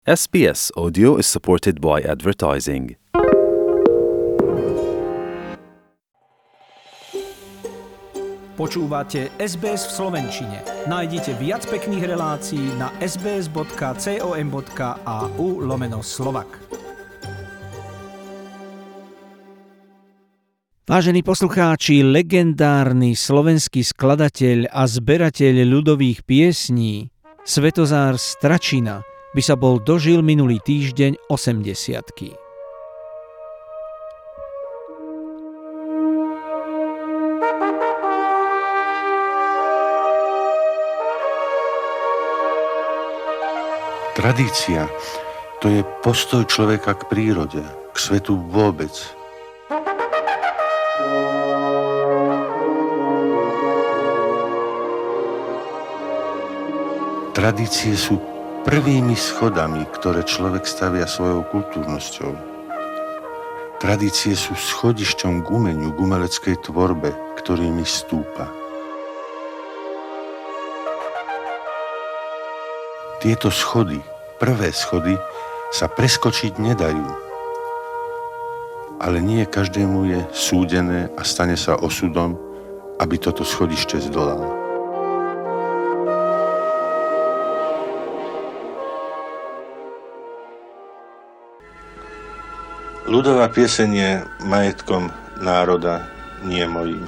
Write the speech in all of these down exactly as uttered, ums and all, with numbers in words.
S B S Audio is supported by advertising. Počúvate es bé es v slovenčine. Nájdite viac pekných relácií na sbs.com.au lomeno Slovak. Vážení poslucháči, legendárny slovenský skladateľ a zberateľ ľudových piesní Svetozár Stračina by sa bol dožil minulý týždeň osemdesiatky. Tradícia to je postoj človeka k prírode, k svetu vôbec. Tradície sú prvými schodami, ktoré človek stavia svojou kultúrnosťou. Tradície sú schodišťom k umeniu, k umeleckej tvorbe, ktorými stúpa. Tieto schody, prvé schody, sa preskočiť nedajú. Ale nie každému je súdené a stane sa osudom, aby toto schodište zdolal. Ľudová pieseň je majetkom národa, nie mojím.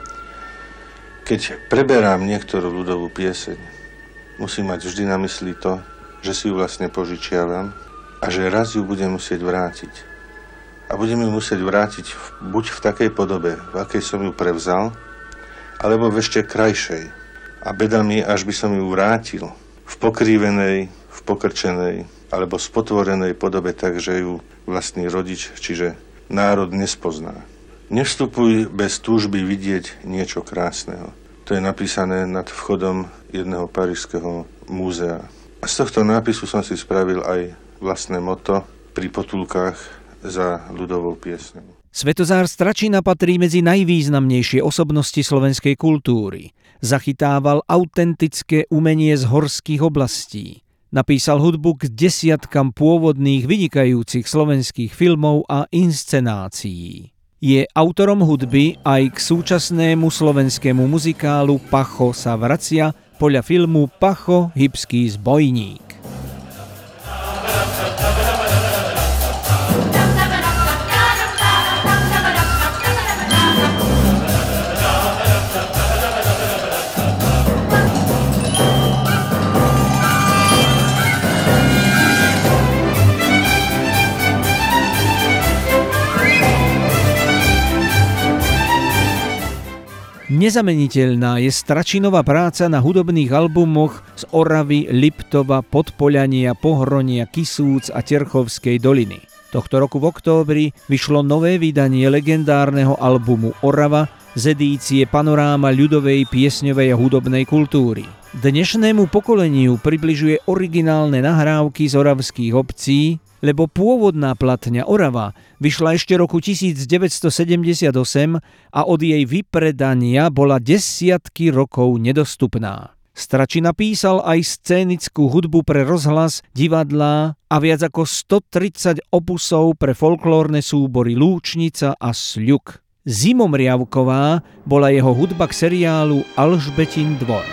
Keď preberám niektorú ľudovú pieseň, musím mať vždy na mysli to, že si ju vlastne požičiavam a že raz ju budem musieť vrátiť. A budem ju musieť vrátiť buď v takej podobe, v akej som ju prevzal, alebo v ešte krajšej. A beda mi, až by som ju vrátil v pokrivenej, v pokrčenej alebo spotvorenej podobe tak, že ju vlastný rodič, čiže národ nespozná. Nevstupuj bez túžby vidieť niečo krásneho. To je napísané nad vchodom jedného parížskeho múzea. A z tohto nápisu som si spravil aj vlastné motto pri potulkách za ľudovou piesňou. Svetozár Stračina patrí medzi najvýznamnejšie osobnosti slovenskej kultúry. Zachytával autentické umenie z horských oblastí. Napísal hudbu k desiatkam pôvodných vynikajúcich slovenských filmov a inscenácií. Je autorom hudby aj k súčasnému slovenskému muzikálu Pacho sa vracia podľa filmu Pacho, hybský zbojník. Nezameniteľná je Stračinová práca na hudobných albumoch z Oravy, Liptova, Podpoľania, Pohronia, Kisúc a Terchovskej doliny. Tohto roku v októbri vyšlo nové vydanie legendárneho albumu Orava z edície Panoráma ľudovej piesňovej a hudobnej kultúry. Dnešnému pokoleniu približuje originálne nahrávky z oravských obcí, lebo pôvodná platňa Orava vyšla ešte roku devätnásťsedemdesiatosem a od jej vypredania bola desiatky rokov nedostupná. Stračina písal aj scénickú hudbu pre rozhlas, divadlá a viac ako stotridsať opusov pre folklórne súbory Lúčnica a Sľuk. Zimomriavková bola jeho hudba k seriálu Alžbetin dvor.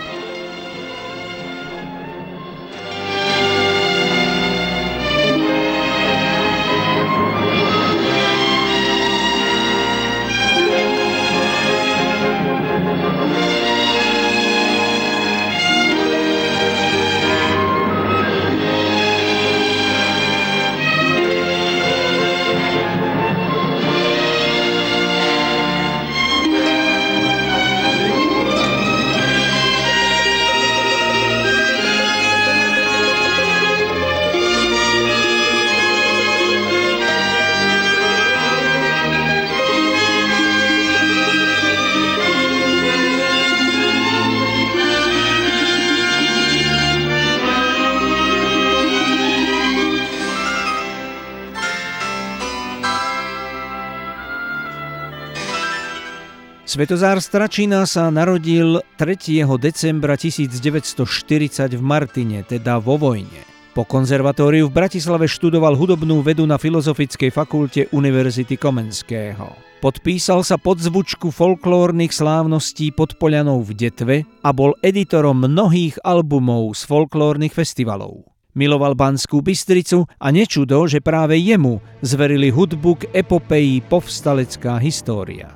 Svetozár Stračina sa narodil tretieho decembra tisícdeväťstoštyridsať v Martine, teda vo vojne. Po konzervatóriu v Bratislave študoval hudobnú vedu na Filozofickej fakulte Univerzity Komenského. Podpísal sa pod zvučku folklórnych slávností Podpoľanov v Detve a bol editorom mnohých albumov z folklórnych festivalov. Miloval Banskú Bystricu a nečudo, že práve jemu zverili hudbu k epopeji Povstalecká história.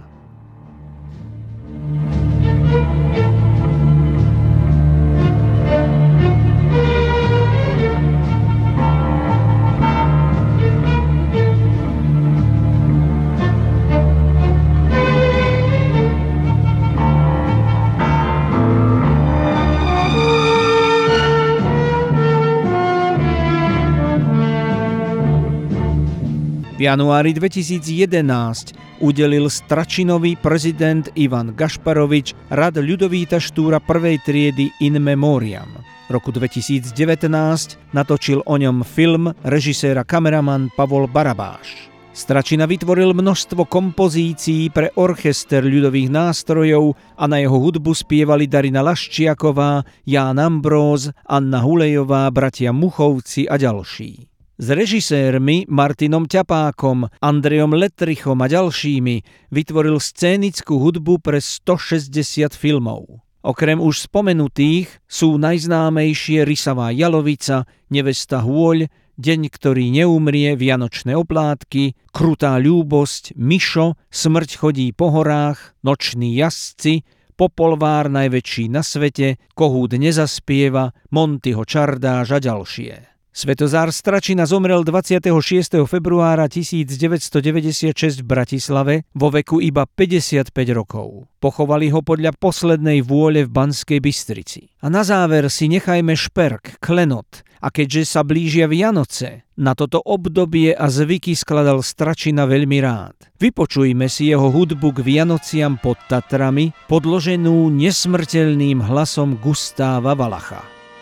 V januári dvetisícjedenásť udelil Stračinovi prezident Ivan Gašparovič rad Ľudovíta Štúra prvej triedy in memoriam. V roku dvetisícdevätnásť natočil o ňom film režisér a kameraman Pavol Barabáš. Stračina vytvoril množstvo kompozícií pre orchester ľudových nástrojov a na jeho hudbu spievali Darina Laščiaková, Ján Ambróz, Anna Hulejová, bratia Muchovci a ďalší. S režisérmi Martinom Ťapákom, Andrejom Letrichom a ďalšími vytvoril scénickú hudbu pre stošesťdesiat filmov. Okrem už spomenutých sú najznámejšie Rysavá jalovica, Nevesta hôľ, Deň, ktorý neumrie, Vianočné oplátky, Krutá ľúbosť, Mišo, Smrť chodí po horách, Noční jazdci, Popolvár najväčší na svete, Kohút nezaspieva, Montyho čardáš a ďalšie. Svetozár Stračina zomrel dvadsiateho šiesteho februára tisícdeväťstodeväťdesiatšesť v Bratislave vo veku iba päťdesiatpäť rokov. Pochovali ho podľa poslednej vôle v Banskej Bystrici. A na záver si nechajme šperk, klenot. A keďže sa blížia Vianoce, na toto obdobie a zvyky skladal Stračina veľmi rád. Vypočujme si jeho hudbu k Vianociam pod Tatrami, podloženú nesmrteľným hlasom Gustáva Valacha.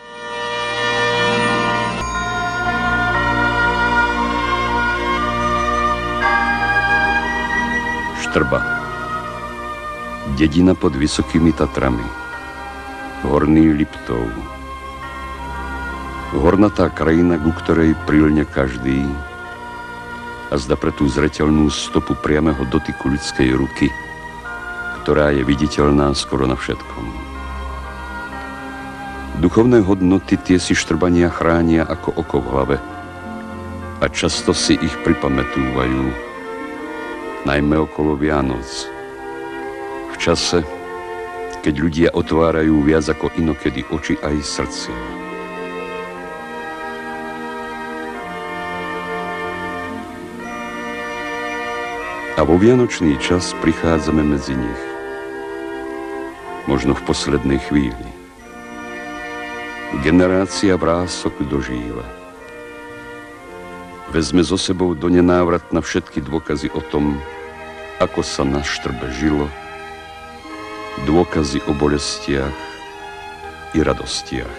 Štrba. Dedina pod Vysokými Tatrami. Horný Liptov. Hornatá krajina, ku ktorej prilne každý a zda pre tú zreteľnú stopu priameho dotyku ľudskej ruky, ktorá je viditeľná skoro na všetkom. Duchovné hodnoty tie si Štrbania chránia ako oko v hlave a často si ich pripamätúvajú, najmä okolo Vianoc, v čase, keď ľudia otvárajú viac ako inokedy oči aj srdcia. A vo vianočný čas prichádzame medzi nich, možno v poslednej chvíli. Generácia vrások dožíva. Vezme so sebou do nenávratna všetky dôkazy o tom, ako sa na Štrbe žilo, dôkazy o bolestiach i radostiach.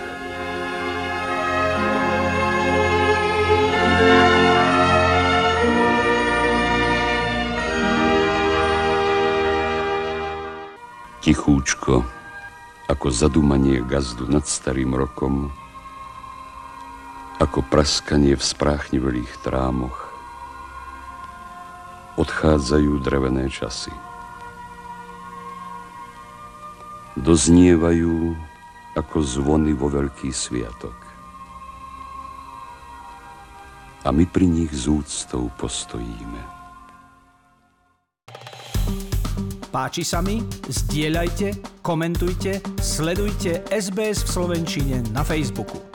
Tichúčko, ako zadúmanie gazdu nad starým rokom, ako praskanie v spráchnivelých trámoch, odchádzajú drevené časy. Doznievajú ako zvony vo veľký sviatok. A my pri nich s úctou postojíme. Páči sa mi? Zdieľajte, komentujte, sledujte es bé es v slovenčine na Facebooku.